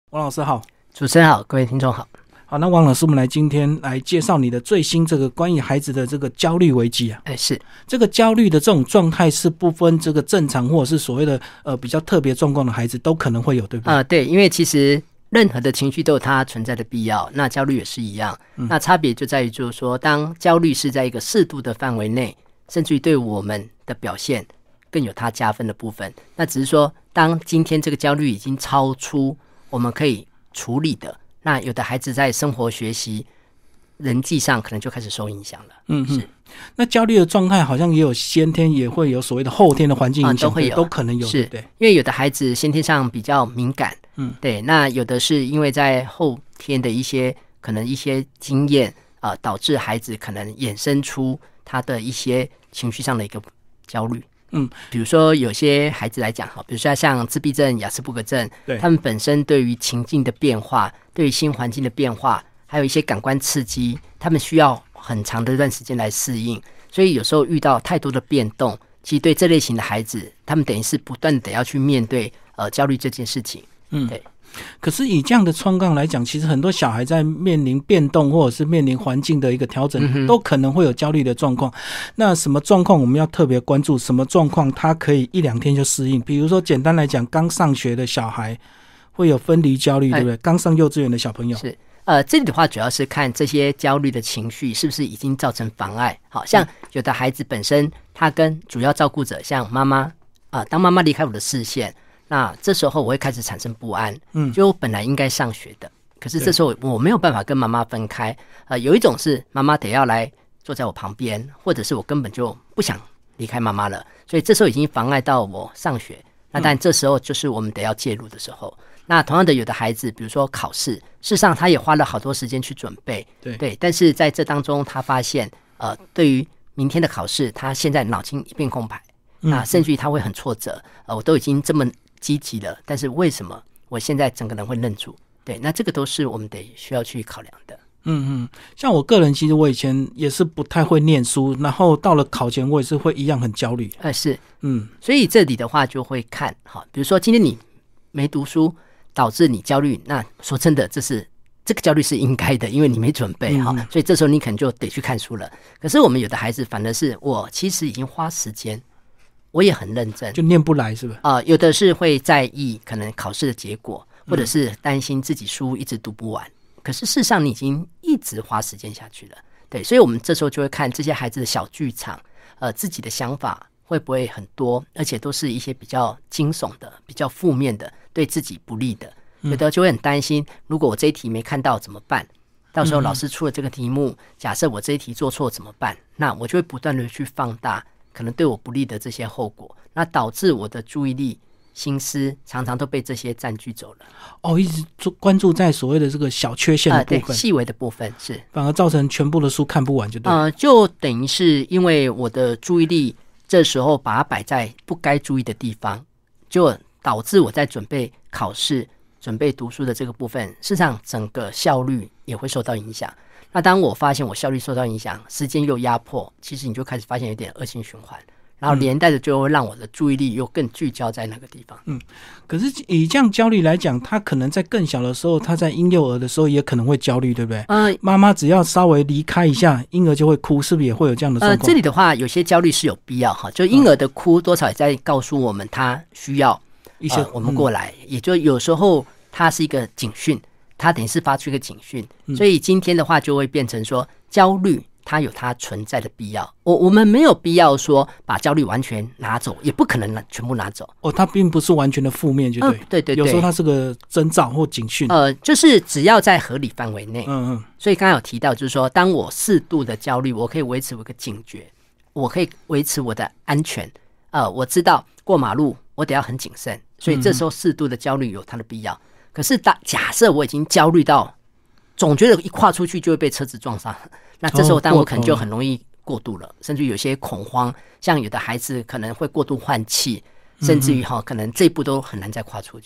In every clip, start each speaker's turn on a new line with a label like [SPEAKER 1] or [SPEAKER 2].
[SPEAKER 1] 王老师好。
[SPEAKER 2] 主持人好，各位听众好。
[SPEAKER 1] 好，那王老师，我们今天来介绍你的最新这个关于孩子的这个焦虑危机啊。
[SPEAKER 2] 是
[SPEAKER 1] 这个焦虑的这种状态是不分这个正常或者是所谓的比较特别状况的孩子都可能会有，对不对？
[SPEAKER 2] 对，因为其实任何的情绪都有它存在的必要，那焦虑也是一样。那差别就在于就是说，当焦虑是在一个适度的范围内，甚至于对我们的表现更有它加分的部分。那只是说，当今天这个焦虑已经超出我们可以处理的，那有的孩子在生活、学习、人际上可能就开始受影响了。是。
[SPEAKER 1] 那焦虑的状态好像也有先天，也会有所谓的后天的环境影响，
[SPEAKER 2] 都会有，
[SPEAKER 1] 都可能有，
[SPEAKER 2] 是，
[SPEAKER 1] 对。
[SPEAKER 2] 因为有的孩子先天上比较敏感，对。那有的是因为在后天的一些可能一些经验导致孩子可能衍生出他的一些情绪上的一个焦虑。比如说有些孩子来讲，比如说像自闭症、亚斯伯格症，他们本身对于情境的变化、对于新环境的变化，还有一些感官刺激，他们需要很长的一段时间来适应，所以有时候遇到太多的变动，其实对这类型的孩子，他们等于是不断的要去面对焦虑这件事情。对。
[SPEAKER 1] 可是以这样的状况来讲，其实很多小孩在面临变动或者是面临环境的一个调整，都可能会有焦虑的状况。那什么状况我们要特别关注？什么状况他可以一两天就适应？比如说简单来讲，刚上学的小孩会有分离焦虑，对不对？刚上幼稚园的小朋友
[SPEAKER 2] 是。这里的话主要是看这些焦虑的情绪是不是已经造成妨碍。好像有的孩子本身他跟主要照顾者像妈妈当妈妈离开我的视线，那这时候我会开始产生不安。就我本来应该上学的，可是这时候我没有办法跟妈妈分开。有一种是妈妈得要来坐在我旁边，或者是我根本就不想离开妈妈了，所以这时候已经妨碍到我上学。那但这时候就是我们得要介入的时候。那同样的，有的孩子比如说考试，事实上他也花了好多时间去准备，对，但是在这当中他发现对于明天的考试，他现在脑筋一片空白，那甚至于他会很挫折。我都已经这么积极了，但是为什么我现在整个人会愣住？对，那这个都是我们得需要去考量的。
[SPEAKER 1] 像我个人，其实我以前也是不太会念书，然后到了考前我也是会一样很焦虑。
[SPEAKER 2] 是，所以这里的话就会看，比如说今天你没读书导致你焦虑，那说真的，这个焦虑是应该的，因为你没准备，所以这时候你可能就得去看书了。可是我们有的孩子反而是我其实已经花时间，我也很认真，
[SPEAKER 1] 就念不来是吧？
[SPEAKER 2] 有的是会在意可能考试的结果，或者是担心自己书一直读不完。可是事实上你已经一直花时间下去了。对，所以我们这时候就会看这些孩子的小剧场，自己的想法会不会很多，而且都是一些比较惊悚的、比较负面的，对自己不利的。有的就会很担心，如果我这一题没看到怎么办？到时候老师出了这个题目，假设我这一题做错怎么办？那我就会不断的去放大可能对我不利的这些后果，那导致我的注意力、心思常常都被这些占据走了。
[SPEAKER 1] 一直关注在所谓的这个小缺陷的部分，
[SPEAKER 2] 对，细微的部分是，
[SPEAKER 1] 反而造成全部的书看不完就对。
[SPEAKER 2] 就等于是因为我的注意力这时候把它摆在不该注意的地方，就导致我在准备考试、准备读书的这个部分，事实上整个效率也会受到影响。那当我发现我效率受到影响，时间又压迫，其实你就开始发现有点恶性循环，然后连带的就会让我的注意力又更聚焦在那个地方。
[SPEAKER 1] 可是以这样焦虑来讲，他可能在更小的时候，他在婴幼儿的时候也可能会焦虑，对不对？妈妈只要稍微离开一下，婴儿就会哭，是不是也会有这样的状况？
[SPEAKER 2] 这里的话，有些焦虑是有必要哈，就婴儿的哭多少也在告诉我们他需要一些我们过来，也就有时候它是一个警讯，它等于是发出一个警讯。所以今天的话就会变成说，焦虑它有它存在的必要。我们没有必要说把焦虑完全拿走，也不可能全部拿走。
[SPEAKER 1] 它并不是完全的负面，就对。
[SPEAKER 2] 对，
[SPEAKER 1] 有时候它是个征兆或警讯。
[SPEAKER 2] 就是只要在合理范围内。所以刚才有提到，就是说，当我适度的焦虑，我可以维持我一个警觉，我可以维持我的安全。我知道过马路我得要很谨慎，所以这时候适度的焦虑有它的必要。可是假设我已经焦虑到总觉得一跨出去就会被车子撞上，那这时候当然我可能就很容易过度了，甚至有些恐慌，像有的孩子可能会过度换气，甚至于可能这一步都很难再跨出去。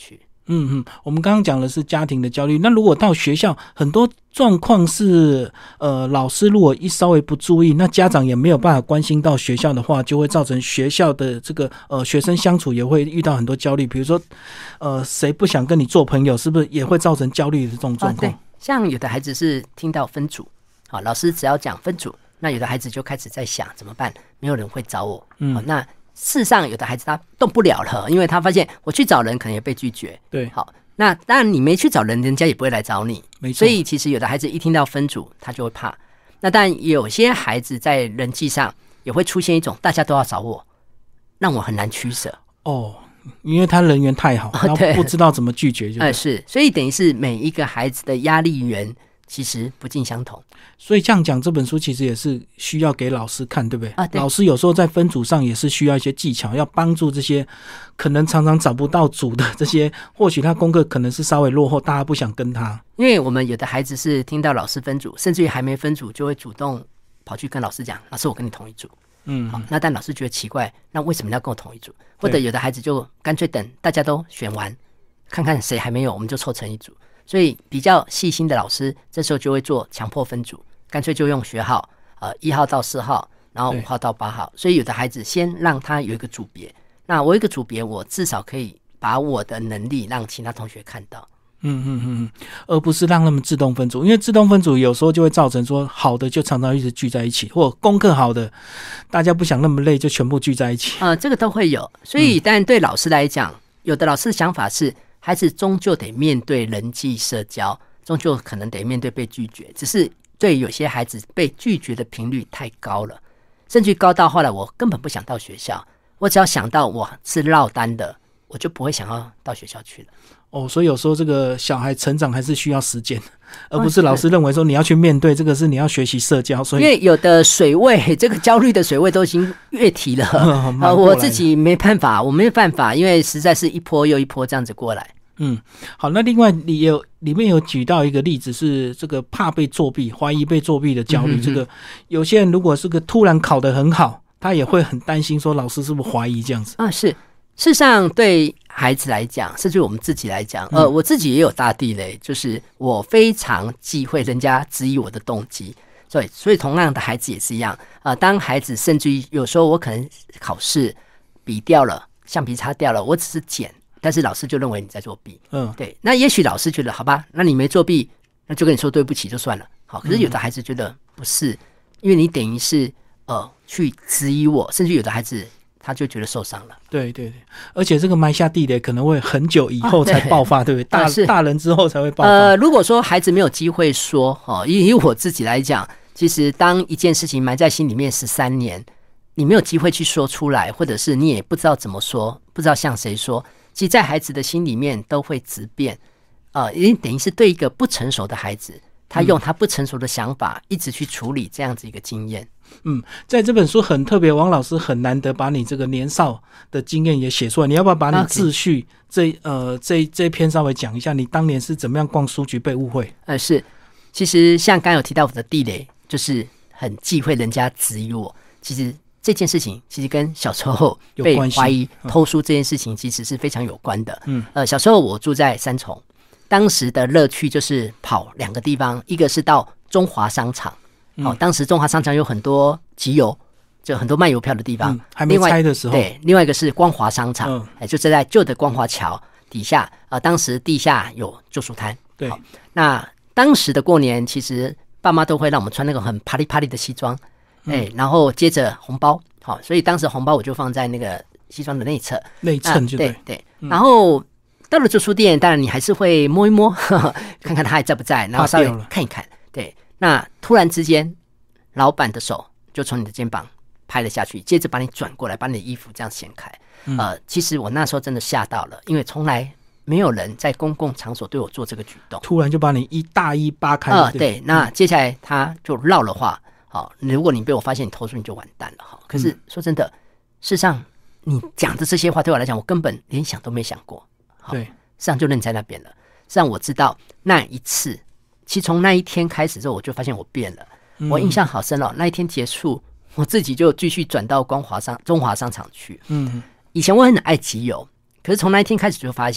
[SPEAKER 1] 我们刚刚讲的是家庭的焦虑，那如果到学校，很多状况是老师如果稍微不注意，那家长也没有办法关心到学校的话，就会造成学校的这个学生相处也会遇到很多焦虑，比如说谁不想跟你做朋友，是不是也会造成焦虑的这种状况？
[SPEAKER 2] 对，像有的孩子是听到分组，好，老师只要讲分组，那有的孩子就开始在想怎么办，没有人会找我，那事实上有的孩子他动不了了，因为他发现我去找人可能也被拒绝。
[SPEAKER 1] 对，
[SPEAKER 2] 好，那当然你没去找人，人家也不会来找你。
[SPEAKER 1] 没错。
[SPEAKER 2] 所以其实有的孩子一听到分组，他就会怕。那当然有些孩子在人际上也会出现一种大家都要找我，让我很难取舍。
[SPEAKER 1] 因为他人缘太好，然后不知道怎么拒绝
[SPEAKER 2] 是，所以等于是每一个孩子的压力源其实不尽相同。
[SPEAKER 1] 所以这样讲，这本书其实也是需要给老师看，对不对？
[SPEAKER 2] 对，
[SPEAKER 1] 老师有时候在分组上也是需要一些技巧，要帮助这些可能常常找不到组的这些，或许他功课可能是稍微落后，大家不想跟他。
[SPEAKER 2] 因为我们有的孩子是听到老师分组，甚至于还没分组就会主动跑去跟老师讲，老师我跟你同一组。好，那但老师觉得奇怪，那为什么你要跟我同一组？或者有的孩子就干脆等大家都选完，看看谁还没有，我们就凑成一组。所以比较细心的老师这时候就会做强迫分组，干脆就用学号，1号到4号，然后5号到8号。所以有的孩子先让他有一个组别，那我有一个组别，我至少可以把我的能力让其他同学看到。
[SPEAKER 1] 而不是让他们自动分组，因为自动分组有时候就会造成说好的就常常一直聚在一起，或功课好的大家不想那么累就全部聚在一起。
[SPEAKER 2] 这个都会有。所以但对老师来讲，有的老师的想法是孩子终究得面对人际社交，终究可能得面对被拒绝，只是对有些孩子被拒绝的频率太高了，甚至高到后来我根本不想到学校，我只要想到我是落单的，我就不会想要到学校去了。
[SPEAKER 1] 所以有时候这个小孩成长还是需要时间，而不是老师认为说你要去面对这个是你要学习社交。所以因
[SPEAKER 2] 为有的水位，这个焦虑的水位都已经越提了，我自己没办法，我没有办法，因为实在是一波又一波这样子过来。
[SPEAKER 1] 好，那另外里面有举到一个例子是这个怕被作弊、怀疑被作弊的焦虑。这个有些人如果是个突然考得很好，他也会很担心说老师是不是怀疑这样子
[SPEAKER 2] 是。事实上对孩子来讲，甚至我们自己来讲，我自己也有大地雷，就是我非常忌讳人家质疑我的动机。所以同样的孩子也是一样，当孩子甚至于有时候我可能考试笔掉了，橡皮擦掉了，我只是捡，但是老师就认为你在作弊。对，那也许老师觉得好吧，那你没作弊，那就跟你说对不起就算了。好，可是有的孩子觉得不是，因为你等于是去质疑我，甚至有的孩子他就觉得受伤了。对，
[SPEAKER 1] 而且这个埋下地雷可能会很久以后才爆发，对不对？大人之后才会爆发。
[SPEAKER 2] 如果说孩子没有机会说，以我自己来讲，其实当一件事情埋在心里面13年，你没有机会去说出来，或者是你也不知道怎么说，不知道向谁说，其实在孩子的心里面都会质变。因为等于是对一个不成熟的孩子，他用他不成熟的想法一直去处理这样子一个经验。
[SPEAKER 1] 在这本书很特别，王老师很难得把你这个年少的经验也写出来。你要不要把你秩序这篇稍微讲一下？你当年是怎么样逛书局被误会？
[SPEAKER 2] 是，其实像刚有提到我的地雷，就是很忌讳人家质疑我。其实这件事情其实跟小时候被怀疑偷书这件事情其实是非常有关的。小时候我住在三重，当时的乐趣就是跑2个地方，一个是到中华商场。当时中华商场有很多集邮，就很多卖邮票的地方，
[SPEAKER 1] 还没拆的时候。
[SPEAKER 2] 对，另外一个是光华商场，就是在旧的光华桥底下，当时地下有旧书摊。
[SPEAKER 1] 对，
[SPEAKER 2] 那当时的过年，其实爸妈都会让我们穿那个很啪里啪里的西装，然后接着红包，所以当时红包我就放在那个西装的内侧，
[SPEAKER 1] 内衬就对。
[SPEAKER 2] 然后到了旧书店，当然你还是会摸一摸，看看他还在不在，然后稍微看一看。对。那突然之间，老板的手就从你的肩膀拍了下去，接着把你转过来，把你的衣服这样掀开。其实我那时候真的吓到了，因为从来没有人在公共场所对我做这个举动。
[SPEAKER 1] 突然就把你一大衣扒开。
[SPEAKER 2] 对，那接下来他就绕了话，如果你被我发现你偷书，你就完蛋了。可是说真的，事实上你讲的这些话对我来讲，我根本连想都没想过。
[SPEAKER 1] 对，
[SPEAKER 2] 实际上就愣在那边了。实际上我知道那一次。其实从那一天开始之后，我就发现我变了。我印象好深那一天结束，我自己就继续转到中华商场去。以前我很爱集邮，可是从那一天开始就发现，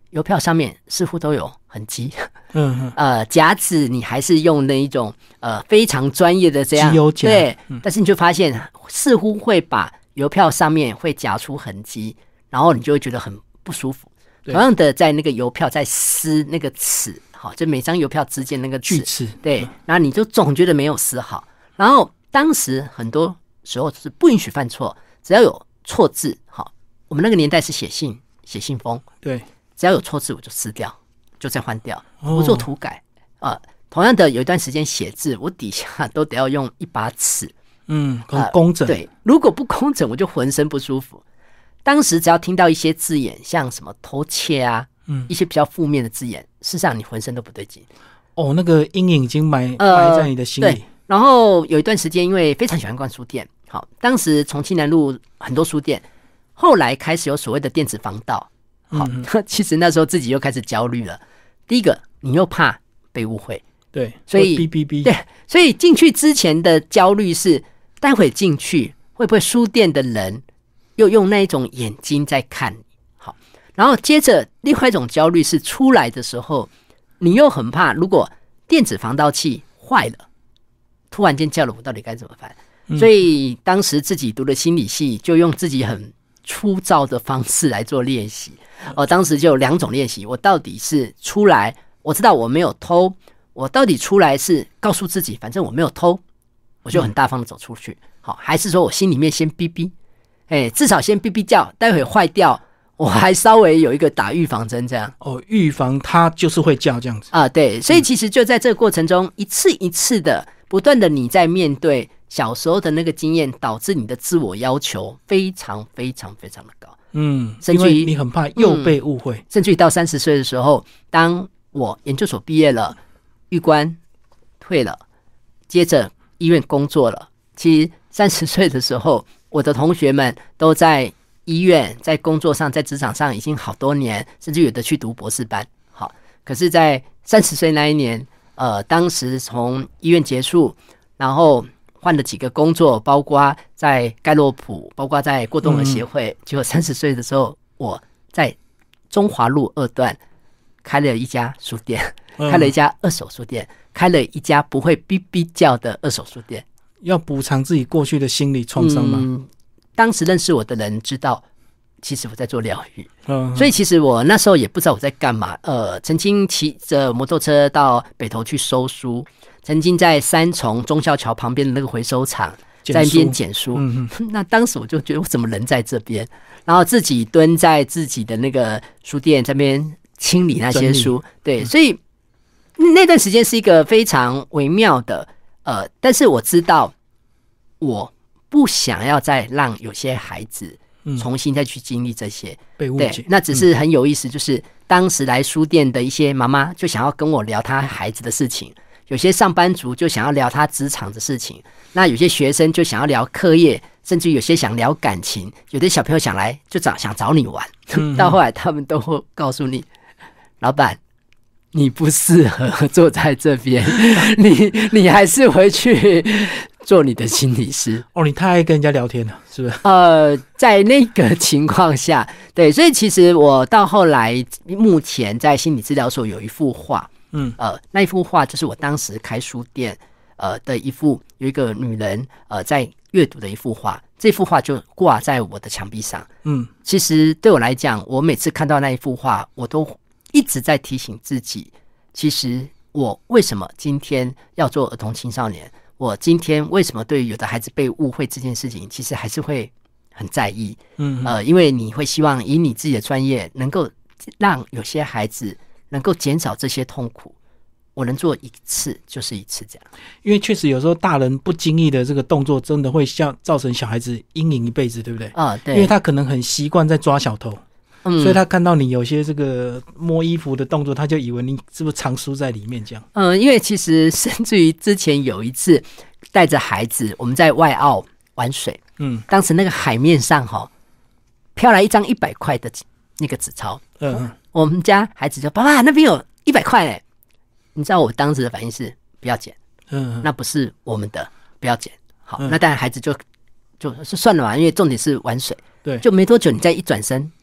[SPEAKER 2] 邮票上面似乎都有痕迹。夹子你还是用那一种非常专业的这样
[SPEAKER 1] 机油夹，
[SPEAKER 2] 对，但是你就发现似乎会把邮票上面会夹出痕迹，然后你就会觉得很不舒服。同样的，在那个邮票在撕那个齿，好，就每张邮票之间那个
[SPEAKER 1] 锯齿，
[SPEAKER 2] 对，然后你就总觉得没有撕好。然后当时很多时候是不允许犯错，只要有错字，好，我们那个年代是写信封，
[SPEAKER 1] 对，
[SPEAKER 2] 只要有错字我就撕掉，就再换掉，不做涂改。同样的，有一段时间写字，我底下都得要用一把尺，
[SPEAKER 1] 很工整。
[SPEAKER 2] 对，如果不工整，我就浑身不舒服。当时只要听到一些字眼，像什么偷窃啊，一些比较负面的字眼，事实上你浑身都不对劲。
[SPEAKER 1] 那个阴影已经埋在你的心里。
[SPEAKER 2] 对，然后有一段时间，因为非常喜欢逛书店，好，当时重庆南路很多书店，后来开始有所谓的电子防盗，好，其实那时候自己又开始焦虑了。第一个，你又怕被误会。
[SPEAKER 1] 对，
[SPEAKER 2] 所以对，所以进去之前的焦虑是，待会进去会不会书店的人又用那一种眼睛在看你？好，然后接着另外一种焦虑是，出来的时候你又很怕，如果电子防盗器坏了，突然间叫了我，到底该怎么办？所以当时自己读的心理系，就用自己很粗糙的方式来做练习。当时就有2种练习，我到底是出来，我知道我没有偷。我到底出来是告诉自己，反正我没有偷，我就很大方的走出去，好，还是说我心里面先哔哔，至少先哔哔叫，待会坏掉，我还稍微有一个打预防针，这样。
[SPEAKER 1] 预防它就是会叫这样子
[SPEAKER 2] 啊，对，所以其实就在这个过程中，一次一次的不断的你在面对小时候的那个经验，导致你的自我要求非常非常非常的高，甚至于
[SPEAKER 1] 因为你很怕又被误会，
[SPEAKER 2] 甚至于到30岁的时候，当我研究所毕业了。预官退了，接着医院工作了。其实30岁的时候，我的同学们都在医院、在工作上、在职场上已经好多年，甚至有的去读博士班。好，可是，在30岁那一年，当时从医院结束，然后换了几个工作，包括在盖洛普，包括在过动儿协会。结果30岁的时候，我在中华路2段开了一家书店。开了一家二手书店，开了一家不会哔哔叫的二手书店。
[SPEAKER 1] 要补偿自己过去的心理创伤吗？
[SPEAKER 2] 当时认识我的人知道，其实我在做疗愈。所以其实我那时候也不知道我在干嘛。曾经骑着摩托车到北投去收书，曾经在三重忠孝桥旁边的那个回收厂在那边捡书。那当时我就觉得我怎么人在这边，然后自己蹲在自己的那个书店这边清理那些书。对，所以那段时间是一个非常微妙的，但是我知道我不想要再让有些孩子重新再去经历这些
[SPEAKER 1] 被误解。
[SPEAKER 2] 那只是很有意思，就是当时来书店的一些妈妈就想要跟我聊她孩子的事情，有些上班族就想要聊他职场的事情，那有些学生就想要聊课业，甚至有些想聊感情，有的小朋友想来就想找你玩。到后来他们都会告诉你，老板你不适合坐在这边，你还是回去做你的心理师。
[SPEAKER 1] 你太爱跟人家聊天了，是不是？
[SPEAKER 2] 在那个情况下，对，所以其实我到后来，目前在心理治疗所有一幅画，那一幅画就是我当时开书店的一幅，有一个女人在阅读的一幅画，这幅画就挂在我的墙壁上。其实对我来讲，我每次看到那一幅画，我都一直在提醒自己，其实我为什么今天要做儿童青少年，我今天为什么对于有的孩子被误会这件事情其实还是会很在意。因为你会希望以你自己的专业能够让有些孩子能够减少这些痛苦，我能做一次就是一次这样。
[SPEAKER 1] 因为确实有时候大人不经意的这个动作真的会造成小孩子阴影一辈子，对不对？
[SPEAKER 2] 对，
[SPEAKER 1] 因为他可能很习惯在抓小偷，所以他看到你有些这个摸衣服的动作，他就以为你是不是藏书在里面这样。
[SPEAKER 2] 因为其实甚至于之前有一次带着孩子我们在外澳玩水，当时那个海面上飘来一张100块的那个纸钞，我们家孩子就爸爸那边有100块嘞，你知道我当时的反应是不要捡，那不是我们的，不要捡。好，那当然孩子就算了嘛，因为重点是玩水。
[SPEAKER 1] 对，
[SPEAKER 2] 就没多久，你再一转身，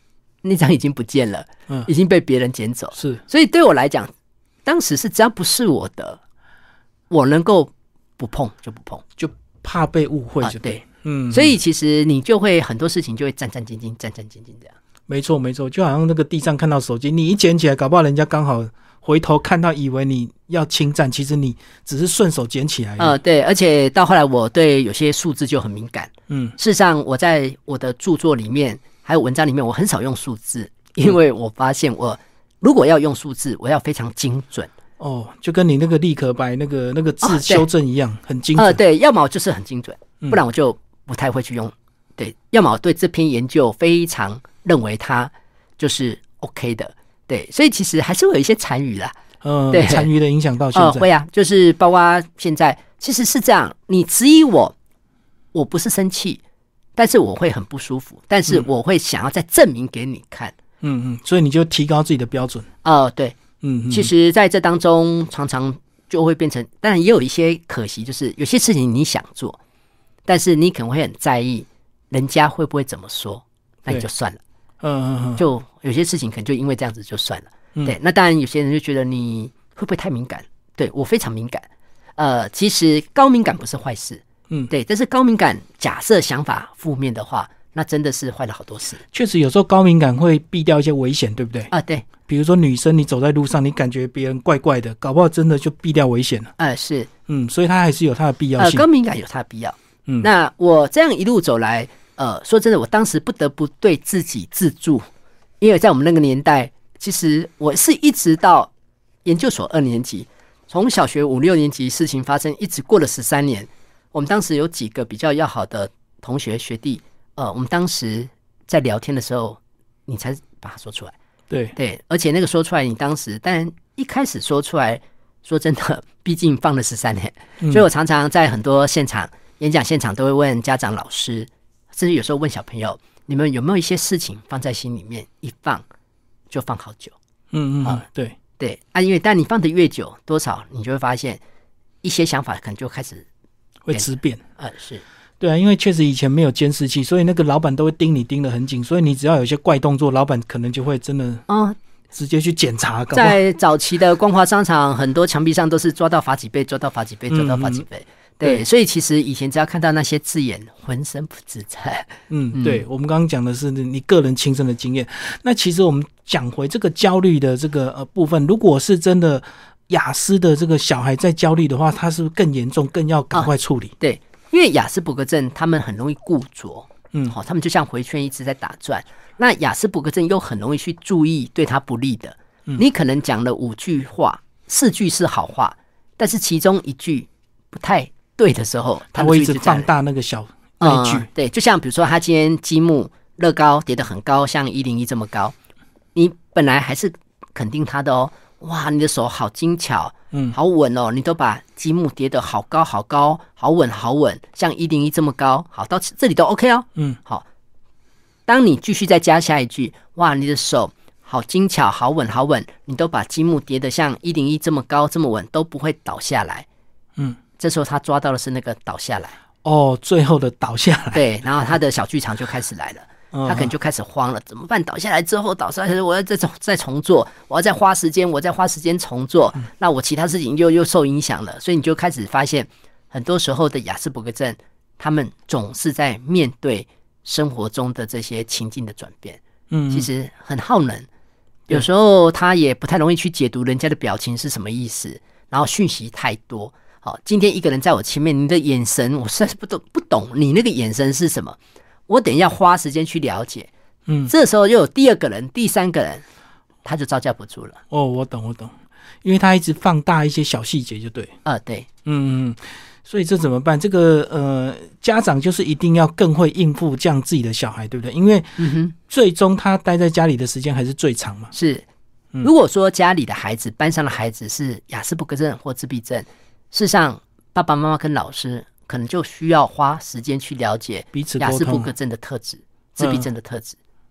[SPEAKER 2] 那张已经不见了，已经被别人捡走。
[SPEAKER 1] 是，
[SPEAKER 2] 所以对我来讲，当时是只要不是我的，我能够不碰就不碰，
[SPEAKER 1] 就怕被误会就
[SPEAKER 2] 对。所以其实你就会很多事情就会战战兢兢这样。
[SPEAKER 1] 没错没错，就好像那个地上看到手机，你一捡起来，搞不好人家刚好回头看到，以为你要侵占，其实你只是顺手捡起来。
[SPEAKER 2] 对，而且到后来我对有些数字就很敏感。事实上我在我的著作里面还有文章里面，我很少用数字，因为我发现我如果要用数字，我要非常精准。
[SPEAKER 1] 就跟你那个立可白那个字修正一样，很精准。
[SPEAKER 2] 对，要么我就是很精准，不然我就不太会去用。对，要么我对这篇研究非常认为它就是 OK 的。对，所以其实还是会有一些残余啦。
[SPEAKER 1] 对，残余的影响到现在。
[SPEAKER 2] 会啊，就是包括现在其实是这样，你质疑我不是生气，但是我会很不舒服，但是我会想要再证明给你看。
[SPEAKER 1] 所以你就提高自己的标准。
[SPEAKER 2] 对，其实在这当中常常就会变成，当然也有一些可惜，就是有些事情你想做，但是你可能会很在意人家会不会怎么说，那你就算了。就有些事情可能就因为这样子就算了。对，那当然有些人就觉得你会不会太敏感？对，我非常敏感。其实高敏感不是坏事。对，但是高敏感假设想法负面的话，那真的是坏了好多事。
[SPEAKER 1] 确实有时候高敏感会避掉一些危险，对不对？
[SPEAKER 2] 对，
[SPEAKER 1] 比如说女生你走在路上，你感觉别人怪怪的，搞不好真的就避掉危险了。
[SPEAKER 2] 是。
[SPEAKER 1] 所以它还是有它的必要性。
[SPEAKER 2] 高敏感有它的必要。那我这样一路走来，说真的，我当时不得不对自己自助，因为在我们那个年代，其实我是一直到研究所2年级，从小学5、6年级事情发生，一直过了13年。我们当时有几个比较要好的同学学弟，我们当时在聊天的时候，你才把它说出来。对，而且那个说出来，你当时但一开始说出来，说真的，毕竟放了13年，所以我常常在很多现场演讲现场都会问家长、老师，甚至有时候问小朋友，你们有没有一些事情放在心里面，一放就放好久？对因为但你放的越久，多少你就会发现一些想法可能就开始
[SPEAKER 1] 会质变。
[SPEAKER 2] 是。
[SPEAKER 1] 对啊，因为确实以前没有监视器，所以那个老板都会盯你盯得很紧，所以你只要有一些怪动作，老板可能就会真的直接去检查。
[SPEAKER 2] 在早期的光华商场，很多墙壁上都是抓到罚几倍，抓到罚几倍，抓到罚几倍。对，所以其实以前只要看到那些字眼，浑身不自在。
[SPEAKER 1] 对，我们刚刚讲的是你个人亲身的经验。那其实我们讲回这个焦虑的这个部分，如果是真的亚斯的这个小孩在焦虑的话，他是不是更严重，更要赶快处理？
[SPEAKER 2] 对，因为亚斯伯格症他们很容易固着，他们就像回圈一直在打转。那亚斯伯格症又很容易去注意对他不利的。你可能讲了5句话，4句是好话，但是其中1句不太对的时候，
[SPEAKER 1] 他会一直放大那个小那一句。
[SPEAKER 2] 对，就像比如说他今天积木乐高叠得很高，像101这么高，你本来还是肯定他的哦，哇，你的手好精巧，好稳哦，你都把积木叠得好高好高，好稳好稳，像101这么高，好，到这里都 OK 哦。好，当你继续再加下一句，哇，你的手好精巧好稳好稳，你都把积木叠得像101这么高这么稳，都不会倒下来。这时候他抓到的是那个倒下来。
[SPEAKER 1] 最后的倒下来。
[SPEAKER 2] 对，然后他的小剧场就开始来了。他可能就开始慌了，怎么办？倒下来之后，倒下来我要再重做，我要再花时间重做，那我其他事情又受影响了，所以你就开始发现，很多时候的亚斯伯格症，他们总是在面对生活中的这些情境的转变，其实很耗能，有时候他也不太容易去解读人家的表情是什么意思，然后讯息太多。好，今天一个人在我前面，你的眼神我实在是不懂你那个眼神是什么。我等一下花时间去了解，这时候又有第2个人、第3个人，他就招架不住了。
[SPEAKER 1] 我懂，因为他一直放大一些小细节，就对。
[SPEAKER 2] 对，
[SPEAKER 1] 所以这怎么办？这个家长就是一定要更会应付这样自己的小孩，对不对？因为最终他待在家里的时间还是最长嘛。
[SPEAKER 2] 是，如果说家里的孩子、班上的孩子是亚斯伯格症或自闭症，事实上爸爸妈妈跟老师可能就需要花时间去了解
[SPEAKER 1] 彼此
[SPEAKER 2] 亚斯伯格症的特质、自闭症的特质。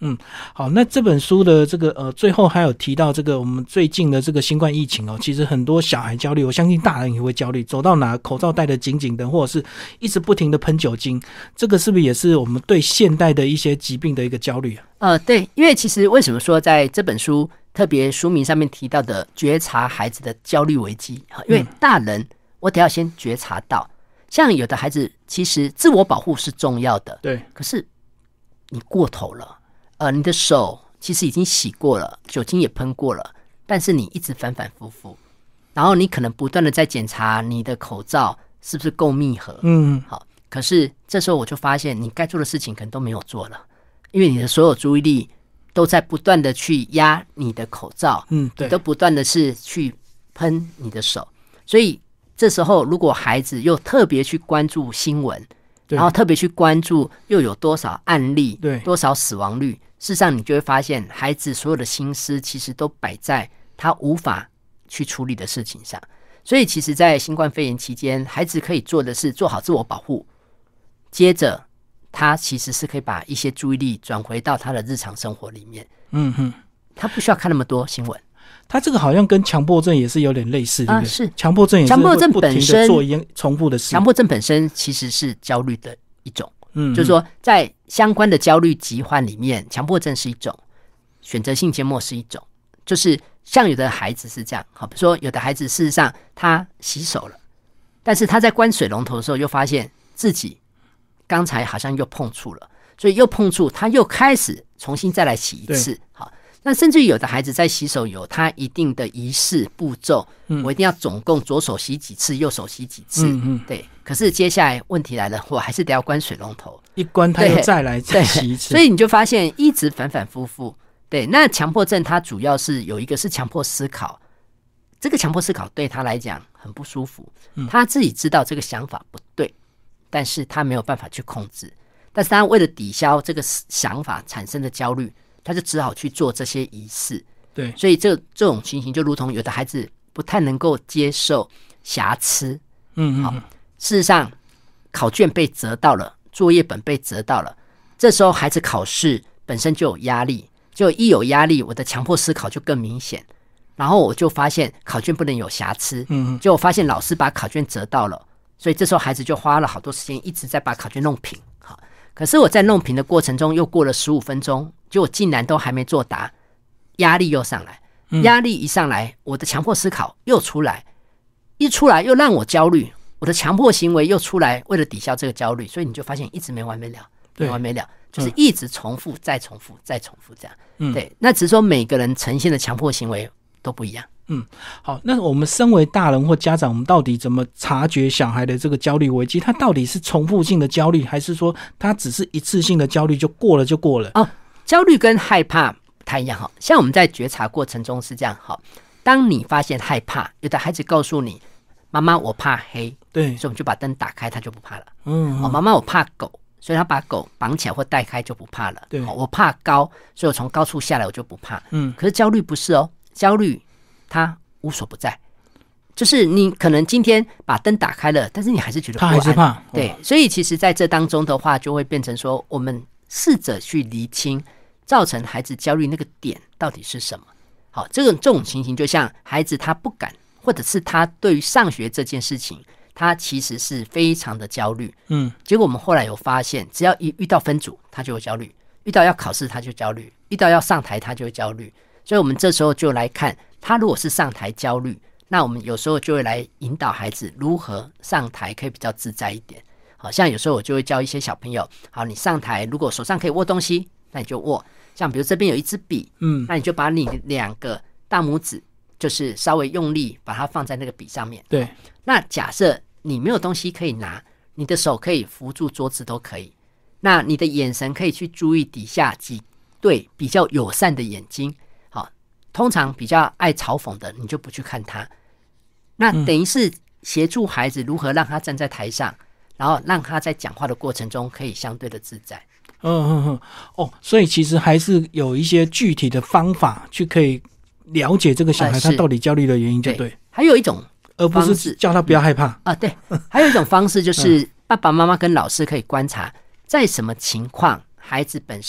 [SPEAKER 1] 好，那这本书的这个最后还有提到这个我们最近的这个新冠疫情其实很多小孩焦虑，我相信大人也会焦虑，走到哪口罩戴得紧紧的，或者是一直不停的喷酒精，这个是不是也是我们对现代的一些疾病的一个焦虑啊？
[SPEAKER 2] 对，因为其实为什么说在这本书特别书名上面提到的觉察孩子的焦虑危机，因为大人我得要先觉察到，像有的孩子其实自我保护是重要的，
[SPEAKER 1] 对，
[SPEAKER 2] 可是你过头了。你的手其实已经洗过了，酒精也喷过了，但是你一直反反复复，然后你可能不断的在检查你的口罩是不是够密合，好，可是这时候我就发现你该做的事情可能都没有做了，因为你的所有注意力都在不断的去压你的口罩，
[SPEAKER 1] 对，
[SPEAKER 2] 你都不断的是去喷你的手，所以这时候如果孩子又特别去关注新闻，然后特别去关注又有多少案例，
[SPEAKER 1] 对，
[SPEAKER 2] 多少死亡率，事实上你就会发现孩子所有的心思其实都摆在他无法去处理的事情上。所以其实在新冠肺炎期间，孩子可以做的是做好自我保护，接着他其实是可以把一些注意力转回到他的日常生活里面，他不需要看那么多新闻。
[SPEAKER 1] 他这个好像跟强迫症也是有点类似，对不对？
[SPEAKER 2] 是
[SPEAKER 1] 强迫症也是不停的做重复的事。
[SPEAKER 2] 强迫症本身其实是焦虑的一种，就是说在相关的焦虑疾患里面，强迫症是一种，选择性缄默是一种，就是像有的孩子是这样，好，比如说有的孩子事实上他洗手了，但是他在关水龙头的时候又发现自己刚才好像又碰触了，所以又碰触，他又开始重新再来洗一次，好。那甚至有的孩子在洗手有他一定的仪式步骤，我一定要总共左手洗几次，右手洗几次，对。可是接下来问题来了，我还是得要关水龙头，
[SPEAKER 1] 一关他又再来再洗一次，
[SPEAKER 2] 所以你就发现一直反反复复。对，那强迫症它主要是有一个是强迫思考，这个强迫思考对他来讲很不舒服，他自己知道这个想法不对，但是他没有办法去控制，但是他为了抵消这个想法产生的焦虑，他就只好去做这些仪式。
[SPEAKER 1] 对，
[SPEAKER 2] 所以这种情形就如同有的孩子不太能够接受瑕疵。好，事实上考卷被折到了，作业本被折到了，这时候孩子考试本身就有压力，就一有压力，我的强迫思考就更明显。然后我就发现考卷不能有瑕疵，结果发现老师把考卷折到了，所以这时候孩子就花了好多时间一直在把考卷弄平。好，可是我在弄平的过程中又过了15分钟，结果竟然都还没作答，压力又上来，压力一上来，我的强迫思考又出来，一出来又让我焦虑，我的强迫行为又出来，为了抵消这个焦虑，所以你就发现一直没完没了，没完没了，就是一直重复再重复再重复这样。对，那只是说每个人呈现的强迫行为都不一样。
[SPEAKER 1] 好，那我们身为大人或家长，我们到底怎么察觉小孩的这个焦虑危机？他到底是重复性的焦虑，还是说他只是一次性的焦虑就过了就过了？
[SPEAKER 2] 焦虑跟害怕不太一样，像我们在觉察过程中是这样，当你发现害怕，有的孩子告诉你妈妈我怕黑，
[SPEAKER 1] 对，
[SPEAKER 2] 所以我们就把灯打开，他就不怕了。妈妈我怕狗，所以他把狗绑起来或带开就不怕了。对，我怕高，所以我从高处下来我就不怕。可是焦虑不是焦虑它无所不在，就是你可能今天把灯打开了，但是你还是觉得不安，
[SPEAKER 1] 他还是怕。
[SPEAKER 2] 对，所以其实在这当中的话，就会变成说，我们试着去厘清造成孩子焦虑那个点到底是什么。好，这种情形就像孩子他不敢，或者是他对于上学这件事情，他其实是非常的焦虑。结果我们后来有发现，只要一遇到分组，他就会焦虑；遇到要考试，他就焦虑；遇到要上台，他就会焦虑。所以我们这时候就来看，他如果是上台焦虑，那我们有时候就会来引导孩子如何上台可以比较自在一点。好像有时候我就会教一些小朋友，好，你上台如果手上可以握东西，那你就握。像比如这边有一支笔，那你就把你2个大拇指就是稍微用力把它放在那个笔上面。
[SPEAKER 1] 对，
[SPEAKER 2] 那假设你没有东西可以拿，你的手可以扶住桌子都可以，那你的眼神可以去注意底下几对比较友善的眼睛。好，通常比较爱嘲讽的你就不去看他，那等于是协助孩子如何让他站在台上，然后让他在讲话的过程中可以相对的自在。
[SPEAKER 1] 所以其实还是有一些具体的方法去可以了解这个小孩他到底焦虑的原因，就对。
[SPEAKER 2] 还有一种
[SPEAKER 1] 而不是叫他不要害怕
[SPEAKER 2] 对，还有一种方式就是爸爸妈妈跟老师可以观察，在什么情况孩子本身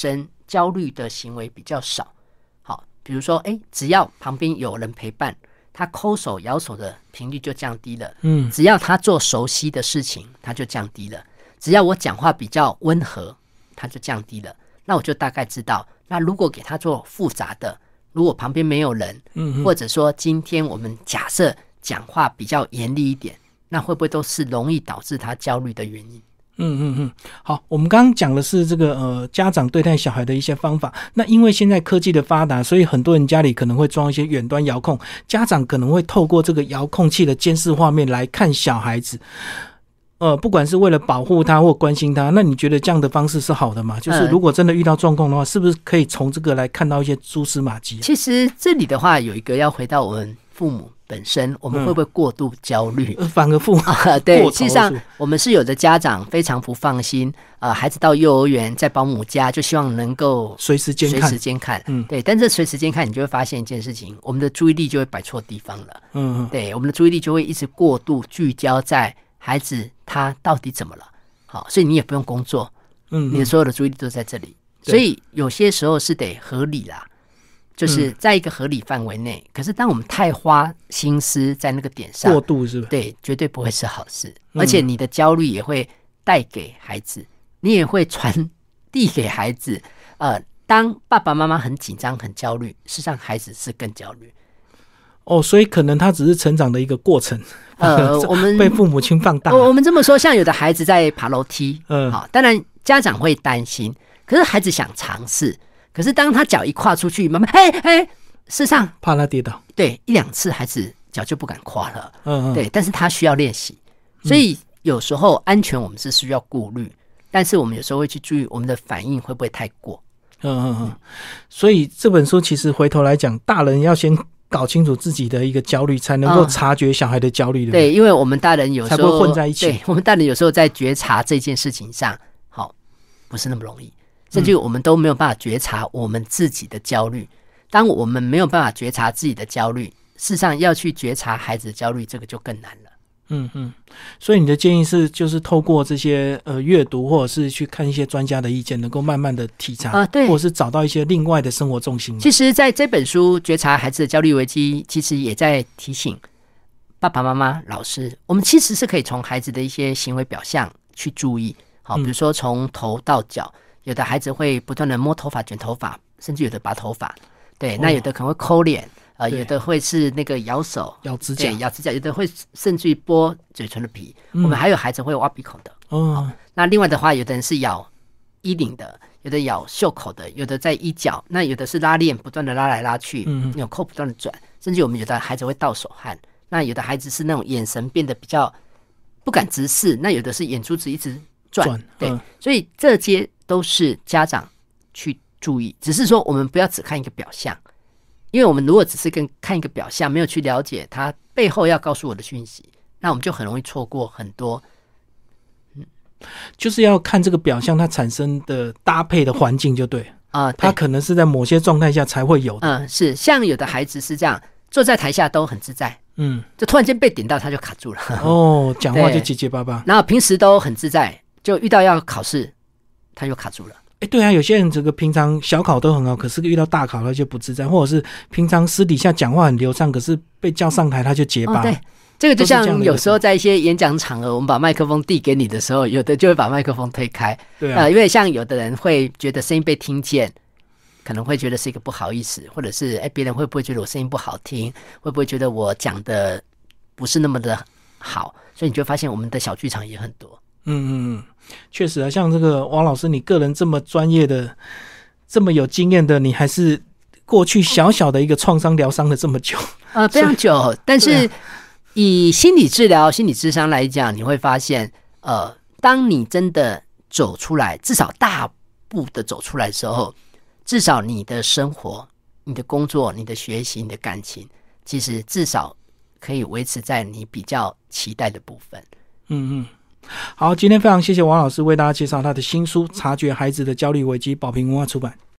[SPEAKER 2] 焦虑的行为比较少。好，比如说只要旁边有人陪伴，他抠手咬手的频率就降低了。只要他做熟悉的事情，他就降低了。只要我讲话比较温和，他就降低了。那我就大概知道，那如果给他做复杂的，如果旁边没有人，或者说今天我们假设讲话比较严厉一点，那会不会都是容易导致他焦虑的原因？
[SPEAKER 1] 好，我们刚刚讲的是这个家长对待小孩的一些方法。那因为现在科技的发达，所以很多人家里可能会装一些远端遥控，家长可能会透过这个遥控器的监视画面来看小孩子。不管是为了保护他或关心他，那你觉得这样的方式是好的吗？就是如果真的遇到状况的话，是不是可以从这个来看到一些蛛丝马迹？
[SPEAKER 2] 其实这里的话有一个要回到我们父母本身，我们会不会过度焦虑？
[SPEAKER 1] 反而父母
[SPEAKER 2] 对，事实上我们是有的家长非常不放心，孩子到幼儿园在保姆家就希望能够
[SPEAKER 1] 随时监看，
[SPEAKER 2] 对，但是随时监看，你就会发现一件事情，我们的注意力就会摆错地方了。对，我们的注意力就会一直过度聚焦在孩子他到底怎么了。好，所以你也不用工作，你的所有的注意力都在这里。所以有些时候是得合理啦，就是在一个合理范围内。可是当我们太花心思在那个点上，
[SPEAKER 1] 过度是吧？
[SPEAKER 2] 对，绝对不会是好事。而且你的焦虑也会带给孩子，你也会传递给孩子。当爸爸妈妈很紧张、很焦虑，事实上孩子是更焦虑。
[SPEAKER 1] 所以可能他只是成长的一个过程。
[SPEAKER 2] 我们
[SPEAKER 1] 被父母亲放大。
[SPEAKER 2] 我们这么说，像有的孩子在爬楼梯，好，当然家长会担心，可是孩子想尝试，可是当他脚一跨出去，妈妈事实上
[SPEAKER 1] 怕他跌倒，
[SPEAKER 2] 对，1-2次孩子脚就不敢跨了。对，但是他需要练习，所以有时候安全我们是需要顾虑，但是我们有时候会去注意我们的反应会不会太过。
[SPEAKER 1] 所以这本书其实回头来讲，大人要先搞清楚自己的一个焦虑，才能够察觉小孩的焦虑。
[SPEAKER 2] 对，因为我们大人有时候
[SPEAKER 1] 才不会混在一起。
[SPEAKER 2] 对，我们大人有时候在觉察这件事情上，好，不是那么容易，甚至我们都没有办法觉察我们自己的焦虑。当我们没有办法觉察自己的焦虑，事实上要去觉察孩子的焦虑，这个就更难了。
[SPEAKER 1] 所以你的建议是，就是透过这些阅读，或者是去看一些专家的意见，能够慢慢的体察，对，或者是找到一些另外的生活重心。
[SPEAKER 2] 其实在这本书《觉察孩子的焦虑危机》，其实也在提醒爸爸妈妈、老师，我们其实是可以从孩子的一些行为表象去注意。好，比如说从头到脚，有的孩子会不断的摸头发、卷头发，甚至有的拔头发。对，那有的可能会抠脸。有的会是那个咬手、
[SPEAKER 1] 咬指甲，
[SPEAKER 2] 有的会甚至于剥嘴唇的皮。我们还有孩子会挖鼻孔的。那另外的话，有的人是咬衣领的，有的咬袖口的，有的在衣角，那有的是拉链不断的拉来拉去，纽扣不断的转，甚至我们有的孩子会倒手汗。那有的孩子是那种眼神变得比较不敢直视，那有的是眼珠子一直转。对，所以这些都是家长去注意，只是说我们不要只看一个表象。因为我们如果只是看一个表象，没有去了解它背后要告诉我的讯息，那我们就很容易错过很多。
[SPEAKER 1] 就是要看这个表象它产生的搭配的环境就对它可能是在某些状态下才会有的。
[SPEAKER 2] 是像有的孩子是这样，坐在台下都很自在，就突然间被点到他就卡住了。
[SPEAKER 1] 讲话就结结巴巴。
[SPEAKER 2] 然后平时都很自在，就遇到要考试，他就卡住了。
[SPEAKER 1] 对啊，有些人这个平常小考都很好，可是遇到大考他就不自在，或者是平常私底下讲话很流畅，可是被叫上台他就结巴。
[SPEAKER 2] 对，这个就像有时候在一些演讲场合，我们把麦克风递给你的时候，有的就会把麦克风推开。
[SPEAKER 1] 对啊，
[SPEAKER 2] 因为像有的人会觉得声音被听见，可能会觉得是一个不好意思，或者是别人会不会觉得我声音不好听，会不会觉得我讲的不是那么的好，所以你就发现我们的小剧场也很多。
[SPEAKER 1] 确实啊，像这个王老师，你个人这么专业的、这么有经验的，你还是过去小小的一个创伤疗伤了这么久，
[SPEAKER 2] 非常久。但是以心理治疗、心理咨商来讲，你会发现，当你真的走出来，至少大步的走出来的时候，至少你的生活、你的工作、你的学习、你的感情，其实至少可以维持在你比较期待的部分。
[SPEAKER 1] 好，今天非常谢谢王老师为大家介绍他的新书《察觉孩子的焦虑危机》，宝瓶文化出版。